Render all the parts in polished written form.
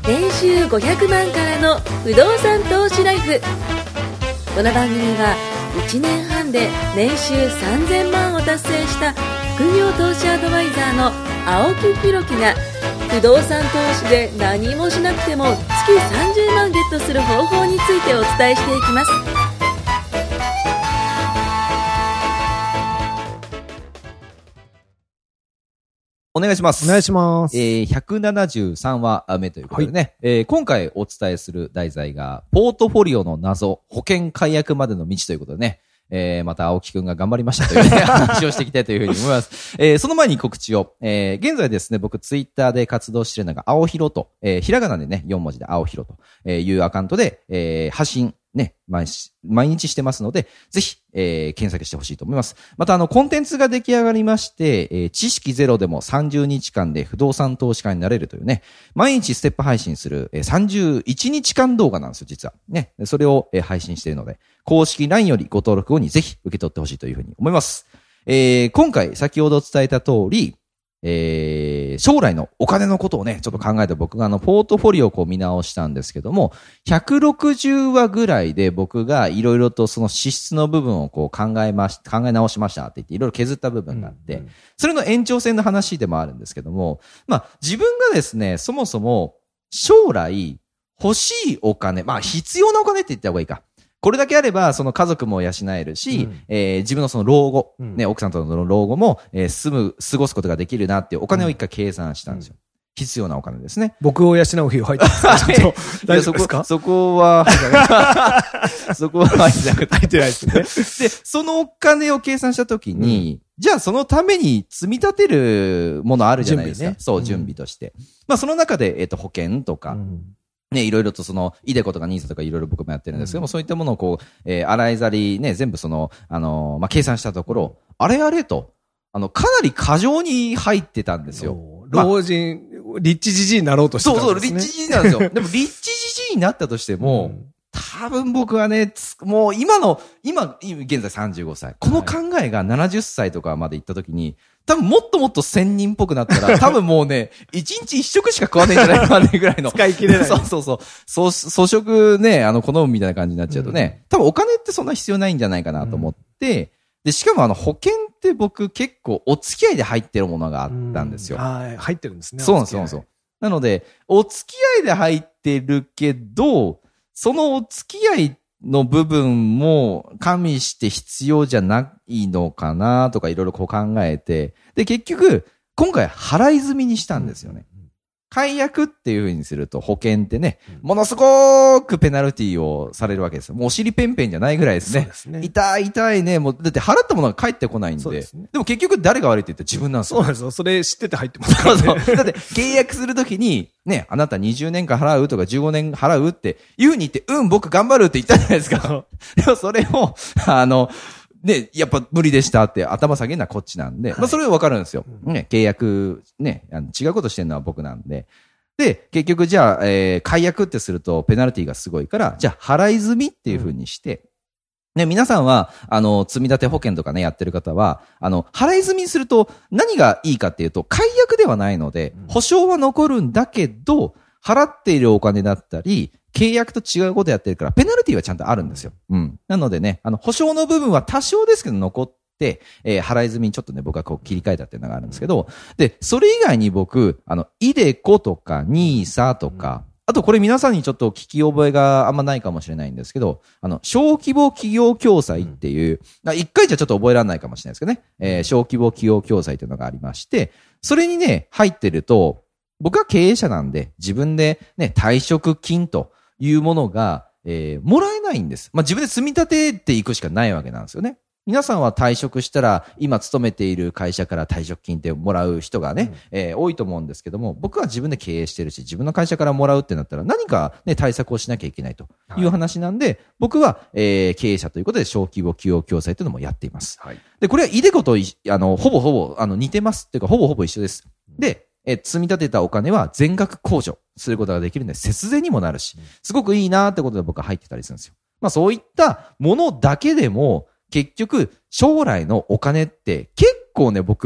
年収500万からの不動産投資ライフ。この番組は1年半で年収3000万を達成した副業投資アドバイザーの青木弘樹が、不動産投資で何もしなくても月30万ゲットする方法についてお伝えしていきます。 お願いします。 お願いします。 173話目ということでね、はい、今回お伝えする題材が、ポートフォリオの謎、保険解約までの道ということでね、また青木くんが頑張りましたという、ね、話をしていきたいというふうに思います。その前に告知を、現在ですね、僕ツイッターで活動しているのが、青ひろと、ひらがなでね、4文字で青ひろというアカウントで、発信、ね、毎日してますので、ぜひ、検索してほしいと思います。また、コンテンツが出来上がりまして、知識ゼロでも30日間で不動産投資家になれるというね、毎日ステップ配信する、31日間動画なんですよ、実は。ね、それを、配信しているので、公式 LINE よりご登録後にぜひ受け取ってほしいというふうに思います。今回、先ほど伝えた通り、将来のお金のことをね、ちょっと考えて僕がポートフォリオをこう見直したんですけども、160話ぐらいで僕がいろいろとその支出の部分をこう考え直しましたって言っていろいろ削った部分があって、それの延長線の話でもあるんですけども、まあ自分がですね、そもそも将来欲しいお金、まあ必要なお金って言った方がいいか。これだけあれば、その家族も養えるし、自分のその老後、ね、奥さんとの老後も、過ごすことができるなっていうお金を一回計算したんですよ。必要なお金ですね。 僕を養う費用入ってますか？ちょっと大丈夫ですか？ そこはそこは入ってないですね。で、そのお金を計算したときに、じゃあそのために積み立てるものあるじゃないですか。そう、準備として。まあその中で、保険とか、ね、いろいろとその、イデコとかニーサとかいろいろ僕もやってるんですけども、そういったものをこう、洗いざりね、全部その、まあ、計算したところ、あれと、かなり過剰に入ってたんですよ。 老人、リッチジジイになろうとしてたんですね。 そう、リッチジジイなんですよ。でも、リッチジジイになったとしても、多分僕はね、もう今、現在35歳。この考えが70歳とかまで行った時に、多分もっともっと仙人っぽくなったら、多分もうね、1日1食しか食わないんじゃないかなぐらいの。 使い切れない。 そう。粗食ね、好むみたいな感じになっちゃうとね、多分お金ってそんな必要ないんじゃないかなと思って、で、しかも保険って僕結構お付き合いで入ってるものがあったんですよ。 はい、入ってるんですね。 そう。なので、お付き合いで入ってるけど、そのお付き合いの部分も加味して必要じゃないのかなとかいろいろこう考えて、で、結局、今回払い済みにしたんですよね。解約っていう風にすると保険ってね、ものすごくペナルティをされるわけですよ。もうお尻ペンペンじゃないぐらいですね。そうですね。痛いね。もう、だって払ったものが返ってこないんで。でも結局誰が悪いって言ったら自分なんですよ。 そうなんですよ。それ知ってて入ってますからね。 そう。だって契約するときに、ね、あなた20年間払うとか15年払うっていう風に言って、僕頑張るって言ったじゃないですか。でもそれを、ね、やっぱ無理でしたって頭下げるのはこっちなんで、まあそれはわかるんですよ。ね、契約、ね、違うことしてるのは僕なんで。で、結局じゃあ、解約ってするとペナルティがすごいから、じゃあ払い済みっていう風にして、ね、皆さんは、積み立て保険とかね、やってる方は、払い済みにすると何がいいかっていうと、解約ではないので、保証は残るんだけど、払っているお金だったり、契約と違うことやってるから、ペナルティはちゃんとあるんですよ。なのでね、保証の部分は多少ですけど残って、払い済みにちょっとね、僕はこう切り替えたっていうのがあるんですけど、で、それ以外に僕、イデコとか、ニーサとか、あとこれ皆さんにちょっと聞き覚えがあんまないかもしれないんですけど、小規模企業共済っていう、一回じゃちょっと覚えられないかもしれないですけどね、小規模企業共済というのがありまして、それにね、入ってると、僕は経営者なんで、自分でね、退職金というものが、もらえないんです。まあ、自分で積み立てていくしかないわけなんですよね。皆さんは退職したら、今勤めている会社から退職金ってもらう人がね、多いと思うんですけども、僕は自分で経営してるし、自分の会社からもらうってなったら何かね、対策をしなきゃいけないという話なんで、僕は、経営者ということで小規模企業共済というのもやっています。で、これはイデコとほぼほぼ似てますっていうか、ほぼほぼ一緒です。で、積み立てたお金は全額控除することができるんで、節税にもなるし、すごくいいなってことで僕は入ってたりするんですよ。まあそういったものだけでも、結局、将来のお金って結構ね、僕、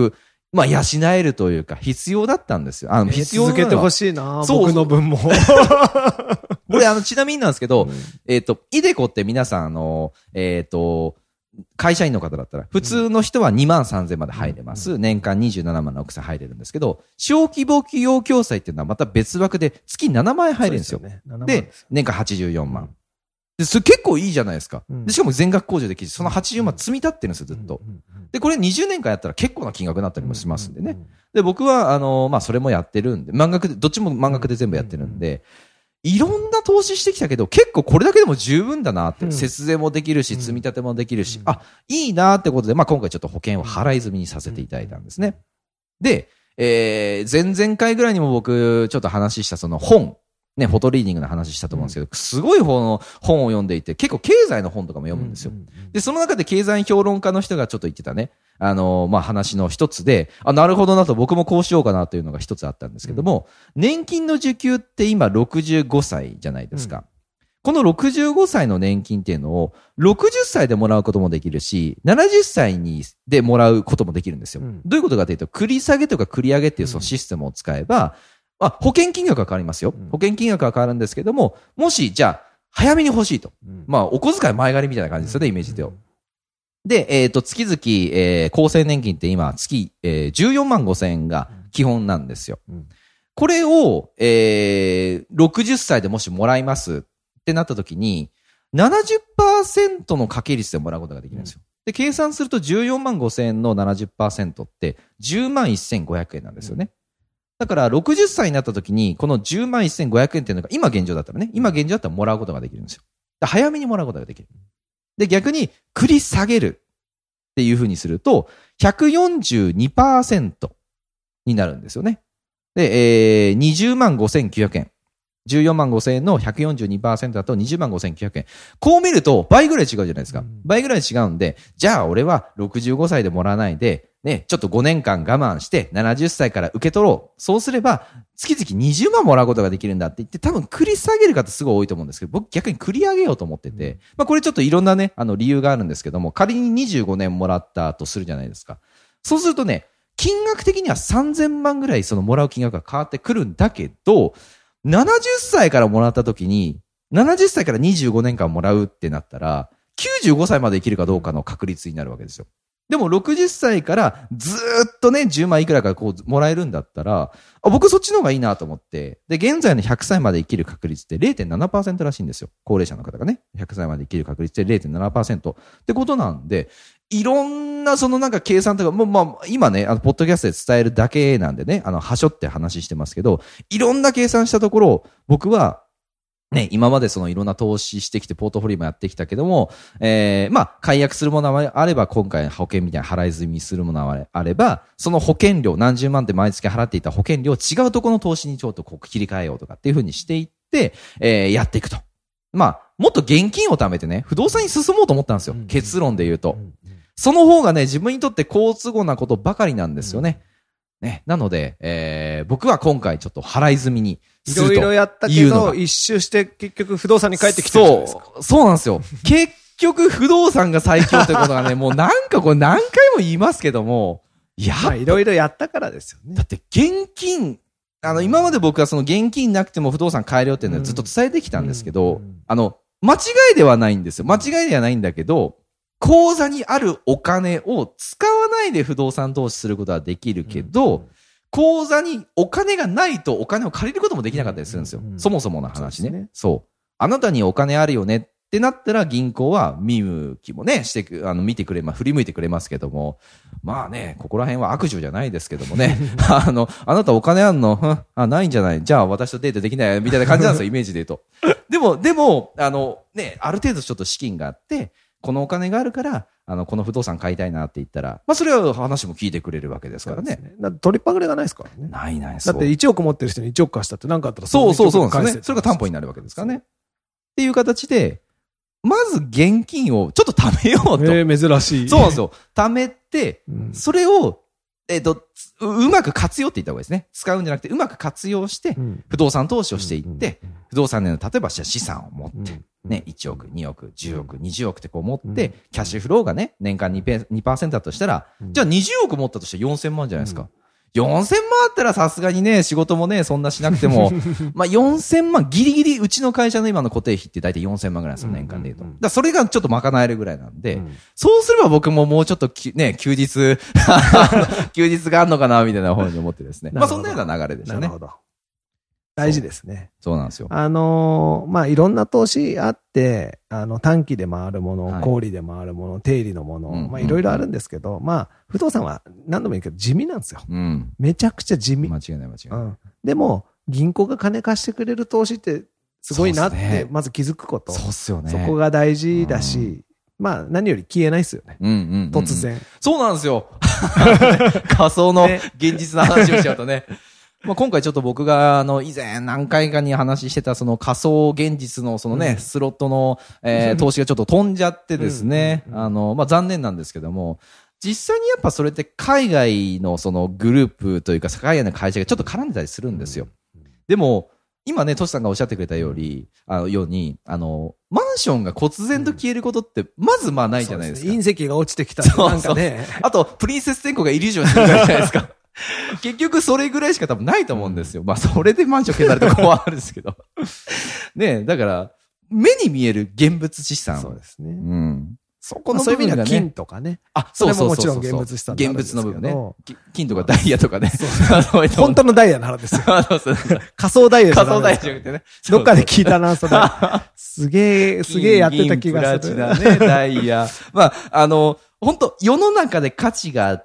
まあ、養えるというか、必要だったんですよ。必要続けてほしいな、僕の分も。 これ、ちなみになんですけど、イデコって皆さん、会社員の方だったら、普通の人は23,000まで入れます。年間27万の奥さん入れるんですけど、小規模企業共済っていうのはまた別枠で月7万円入るんですよ。で、年間84万。で、それ結構いいじゃないですか。で、しかも全額控除できるし、その80万積み立ってるんですよ、ずっと。で、これ20年間やったら結構な金額になったりもしますんでね。で、僕は、まあ、それもやってるんで、満額で、どっちも満額で全部やってるんで、いろんな投資してきたけど、結構これだけでも十分だなって、節税もできるし、積み立てもできるし、いいなってことで、まあ、今回ちょっと保険を払い済みにさせていただいたんですね。で、前々回ぐらいにも僕、ちょっと話したその本、ね、フォトリーディングの話したと思うんですけど、すごい本を読んでいて、結構経済の本とかも読むんですよ。で、その中で経済評論家の人がちょっと言ってたね、まあ、話の一つで、なるほどなと僕もこうしようかなというのが一つあったんですけども、年金の受給って今65歳じゃないですか。この65歳の年金っていうのを60歳でもらうこともできるし、70歳でもらうこともできるんですよ。どういうことかというと、繰り下げとか繰り上げっていうそのシステムを使えば、保険金額は変わりますよ。保険金額は変わるんですけども、もし、じゃあ、早めに欲しいと。まあ、お小遣い前借りみたいな感じですよね、イメージで。で、月々、厚生年金って今、月、14万5千円が基本なんですよ。これを、60歳でもしもらいますってなった時に、70% の掛け率でもらうことができるんですよ。で、計算すると14万5千円の 70% って10万1500円なんですよね。だから、60歳になった時に、この10万1500円っていうのが、今現状だったらね、今現状だったらもらうことができるんですよ。早めにもらうことができる。で、逆に、繰り下げるっていう風にすると、142% になるんですよね。で、20万5900円。14万5千円の 142% だと20万5900円。こう見ると倍ぐらい違うじゃないですか。倍ぐらい違うんで、じゃあ俺は65歳でもらわないで、ね、ちょっと5年間我慢して70歳から受け取ろう。そうすれば、月々20万もらうことができるんだって言って、多分繰り下げる方すごい多いと思うんですけど、僕逆に繰り上げようと思ってて、まあこれちょっといろんなね、理由があるんですけども、仮に25年もらったとするじゃないですか。そうするとね、金額的には3000万ぐらいそのもらう金額が変わってくるんだけど、70歳からもらった時に、70歳から25年間もらうってなったら、95歳まで生きるかどうかの確率になるわけですよ。でも60歳からずーっとね、10万いくらかこうもらえるんだったら、僕そっちの方がいいなと思って、で、現在の100歳まで生きる確率って 0.7% らしいんですよ。高齢者の方がね、100歳まで生きる確率って 0.7% ってことなんで、いろんなそのなんか計算とか、もうまあ今ね、ポッドキャストで伝えるだけなんでね、はしょって話してますけど、いろんな計算したところ、僕は、ね、今までそのいろんな投資してきてポートフォリオもやってきたけども、まあ、解約するものがあれば、今回保険みたいな払い済みするものがあれば、その保険料、何十万って毎月払っていた保険料、違うところの投資にちょっとこう切り替えようとかっていう風にしていって、やっていくと。まあ、もっと現金を貯めてね、不動産に進もうと思ったんですよ。結論で言うと。その方がね、自分にとって好都合なことばかりなんですよね。ね。なので、僕は今回ちょっと払い済みにするというのが。いろいろやったけど、一周して結局不動産に帰ってきてるじゃないですか。 そうなんですよ。結局不動産が最強ということがね、もうなんかこれ何回も言いますけども、 まあいろいろやったからですよね。 だって現金、今まで僕はその現金なくても不動産買えるよっていうのはずっと伝えてきたんですけど、間違いではないんですよ。間違いではないんだけど、口座にあるお金を使わないで不動産投資することはできるけど、口座にお金がないとお金を借りることもできなかったりするんですよ。そもそもの話ね。そう。あなたにお金あるよねってなったら銀行は見向きもね、見てくれ振り向いてくれますけども、まあね、ここら辺は悪女じゃないですけどもね、あなたお金あんのないんじゃないじゃあ私とデートできないみたいな感じなんですよ、イメージで言うと。でも、ね、ある程度ちょっと資金があって、このお金があるから、この不動産買いたいなって言ったら、まあそれは話も聞いてくれるわけですからね。 だって取りっぱぐれがないですからね。 ない。 だって1億持ってる人に1億貸したって何かあったらそうなんですね。それが担保になるわけですからね。っていう形で、まず現金をちょっと貯めようと。 珍しい。 そうなんですよ。貯めて、それを、うまく活用って言った方がいいですね。使うんじゃなくて、うまく活用して、不動産投資をしていって、不動産での、例えば資産を持って、 ね、1億、2億、10億、20億ってこう持って、キャッシュフローがね、年間 2% だとしたら、じゃあ20億持ったとして4000万じゃないですか。4000万あったらさすがにね、仕事もね、そんなしなくても、まあ4000万、ギリギリうちの会社の今の固定費って大体4000万ぐらいですよ、年間で言うと。だからそれがちょっと賄えるぐらいなんで、そうすれば僕ももうちょっとね、休日があんのかな、みたいな方に思ってですね。まあそんなような流れでしたね。なるほど。 大事ですね。 そうなんですよ。 まあ、いろんな投資あって、短期で回るもの、小売で回るもの、定理のもの、まあ、いろいろあるんですけど、まあ、不動産は何度も言うけど地味なんですよ。めちゃくちゃ地味。 間違いない。 でも、銀行が金貸してくれる投資ってすごいなって、まず気づくこと。 そうっすよね。 そこが大事だし、まあ、何より消えないですよね。突然。 そうなんですよ。仮想の現実の話をしちゃうとね。まあ今回ちょっと僕が以前何回かに話してたその仮想現実のそのね、スロットの、投資がちょっと飛んじゃってですね、まあ残念なんですけども、実際にやっぱそれって海外のそのグループというか海外の会社がちょっと絡んでたりするんですよ。でも、今ね、トシさんがおっしゃってくれたように、マンションが忽然と消えることって、まずまあないじゃないですか。 隕石が落ちてきたなんかね。 あと、プリンセス天候がイリュージョンしてるじゃないですか。結局それぐらいしか多分ないと思うんですよ。まあそれでマンション消されたとこはあるんですけど。ねえ、だから、目に見える現物資産。 そうですね。 そこのそういう意味では金とかね。 そうそれももちろん現物資産現物の部分ね。金とかダイヤとかね。 本当のダイヤの話ですよ。仮想ダイヤじゃなくて。仮想ダイヤじゃなくてね。どっかで聞いたな、それ。すげえやってた気がする。 プラチナね、ダイヤ。まあ、本当世の中で価値があって、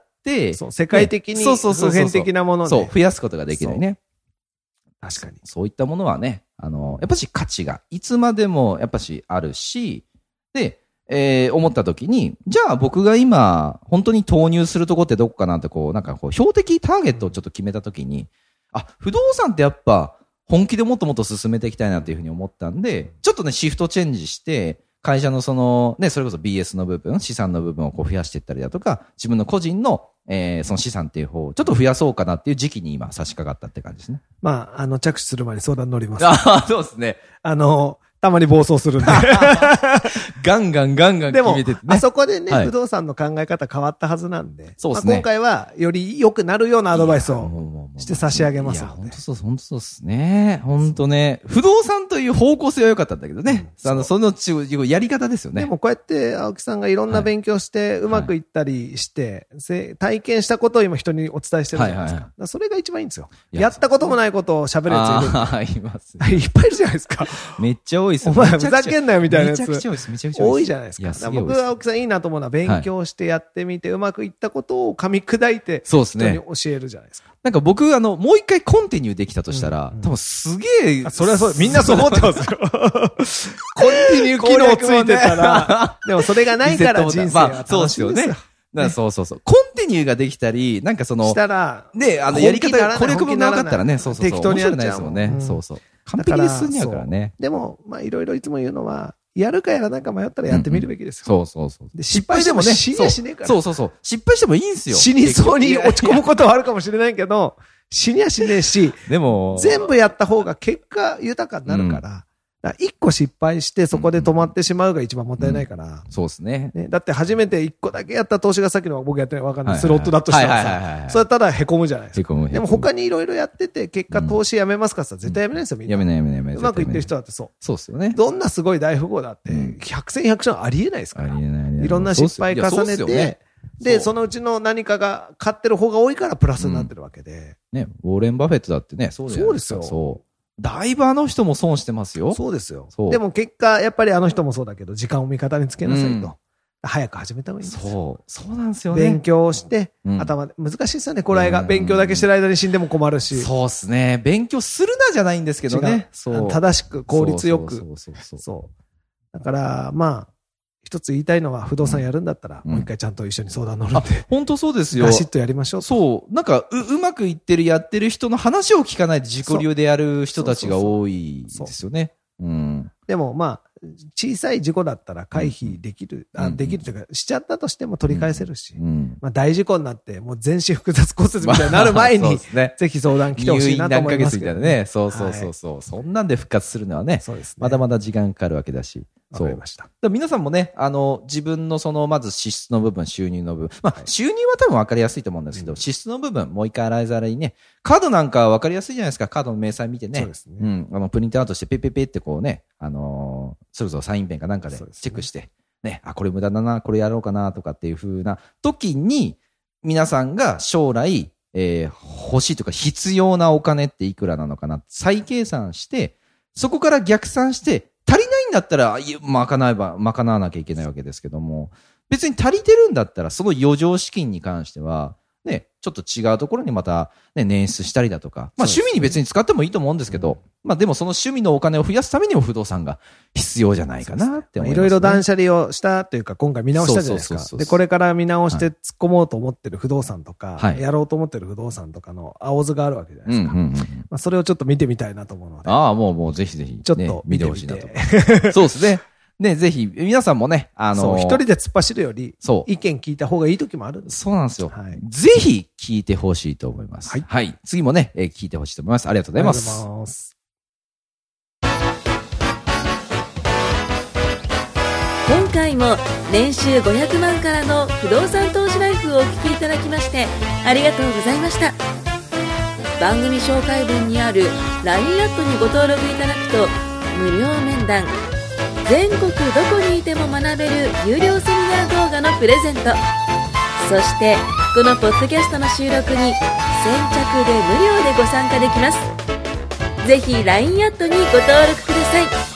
世界的に普遍的なもので。増やすことができるね。 確かに。 そういったものはね、やっぱし価値がいつまでもやっぱしあるし、で、思った時に、じゃあ僕が今、本当に投入するとこってどこかなって標的ターゲットをちょっと決めた時に、不動産ってやっぱ本気でもっともっと進めていきたいなっていうふうに思ったんで、ちょっとね、シフトチェンジして、会社のその、ね、それこそ BS の部分、資産の部分を増やしていったりだとか、自分の個人の、その資産っていう方をちょっと増やそうかなっていう時期に今差し掛かったって感じですね。 まあ、着手する前に相談乗ります。 そうですね。 たまに暴走するんで。 ガンガン決めてて、ね。 でも、あそこでね、不動産の考え方変わったはずなんで。 そうですね。 今回は、より良くなるようなアドバイスをして差し上げますので。 本当そうですね。本当ね。不動産という方向性は良かったんだけどね。そのやり方ですよね。 でもこうやって、青木さんがいろんな勉強して、うまくいったりして、体験したことを今人にお伝えしてるじゃないですか。それが一番いいんですよ。やったこともないことを喋るやついる。 います。 いっぱいいるじゃないですか。 めっちゃ多い。 お前ふざけんなよみたいなやつ。 めちゃくちゃ多いです。めちゃくちゃ多いじゃないですか。僕は青木さんいいなと思うのは勉強してやってみて、うまくいったことを噛み砕いて、人に教えるじゃないですか。 なんか僕、もう一回コンティニューできたとしたら、多分すげえ。 それはそう、みんなそう思ってますよ。コンティニュー機能ついてたら、でもそれがないから人生は楽しいんですよ。 そう。コンティニューができたり、なんかその、 したら、 ね、やり方、これくもなかったらね、 適当にやっちゃう。面白くないですもんね。そう。完璧に進んじゃうからね。 でも、まあいろいろいつも言うのは、やるかやらないか迷ったらやってみるべきですよ。 そう。 で失敗してもね、死にはしねえから。 そう。失敗してもいいんすよ。 死にそうに落ち込むことはあるかもしれないけど、死にはしねえし、 でも、 全部やった方が結果豊かになるから、一個失敗してそこで止まってしまうが一番もったいないから。 そうですね。 だって初めて一個だけやった投資がさっきの僕やってないわかんない。スロットだとしたらさ、それただ凹むじゃないですか。でも他にいろいろやってて、結果投資やめますかって絶対やめないですよ、みんな。 やめない。 うまくいってる人だってそう。 そうですよね。 どんなすごい大富豪だって、100戦100勝ありえないですから。 ありえない。 いろんな失敗重ねて、で、そのうちの何かが勝ってる方が多いからプラスになってるわけで。 ね、ウォーレン・バフェットだってね、 そうですよ。 そう。だいぶあの人も損してますよ。 そうですよ。でも結果、やっぱりあの人もそうだけど、時間を味方につけなさいと。早く始めた方がいいんですよ。 そうなんですよね。 勉強して、頭で、難しいですよね、これが。勉強だけしてる間に死んでも困るし。 そうですね。勉強するなじゃないんですけどね。 正しく、効率よく。そう。だから、まあ、一つ言いたいのは、不動産やるんだったら、もう一回ちゃんと一緒に相談乗るんで。 本当そうですよ。 ガシッとやりましょう。 そう。なんか、うまくいってる、やってる人の話を聞かないで自己流でやる人たちが多いですよね。 でも、まあ、 小さい事故だったら回避できる、できるというか、しちゃったとしても取り返せるし、まあ大事故になって、もう全身複雑骨折みたいになる前に、ぜひ相談来てほしいなと思いますけど、ね。 入院何ヶ月みたいなね。そうそうそうそう、はい。そんなんで復活するのはね、そうですね、まだまだ時間かかるわけだし。 わかりました。 皆さんもね、自分のまず支出の部分、収入の部分。まあ、収入は多分分かりやすいと思うんですけど、支出の部分、もう一回洗いざらいね。カードなんか分かりやすいじゃないですか。カードの明細見てね。そうですね。プリントアウトして、ペペペってこうね、それこそサインペンかなんかでチェックして、ね、これ無駄だな、これやろうかな、とかっていう風な時に、皆さんが将来、欲しいとか必要なお金っていくらなのかな、再計算して、そこから逆算して、足りないんだったら、賄わなきゃいけないわけですけども、別に足りてるんだったら、その余剰資金に関しては、ね、ちょっと違うところにまた、ね、捻出したりだとか、まあ趣味に別に使ってもいいと思うんですけど、まあでもその趣味のお金を増やすためにも不動産が必要じゃないかなって思いますね。 いろいろ断捨離をしたというか、今回見直したじゃないですか。で、これから見直して突っ込もうと思ってる不動産とか、やろうと思ってる不動産とかの青図があるわけじゃないですか。まあそれをちょっと見てみたいなと思うので。 ああ、もうぜひぜひ、 ちょっと見てほしいなと。そうですね。ね、ぜひ、皆さんもね、 そう、一人で突っ走るより、意見聞いた方がいい時もあるんです。 そうなんですよ。はい、ぜひ、聞いてほしいと思います。はい。はい。次もね、聞いてほしいと思います。ありがとうございます。ありがとうございます。 今回も、年収500万からの不動産投資ライフをお聞きいただきまして、ありがとうございました。番組紹介文にある LINE アットにご登録いただくと、無料面談、全国どこにいても学べる有料セミナー動画のプレゼント、そしてこのポッドキャストの収録に先着で無料でご参加できます。ぜひ LINE アットにご登録ください。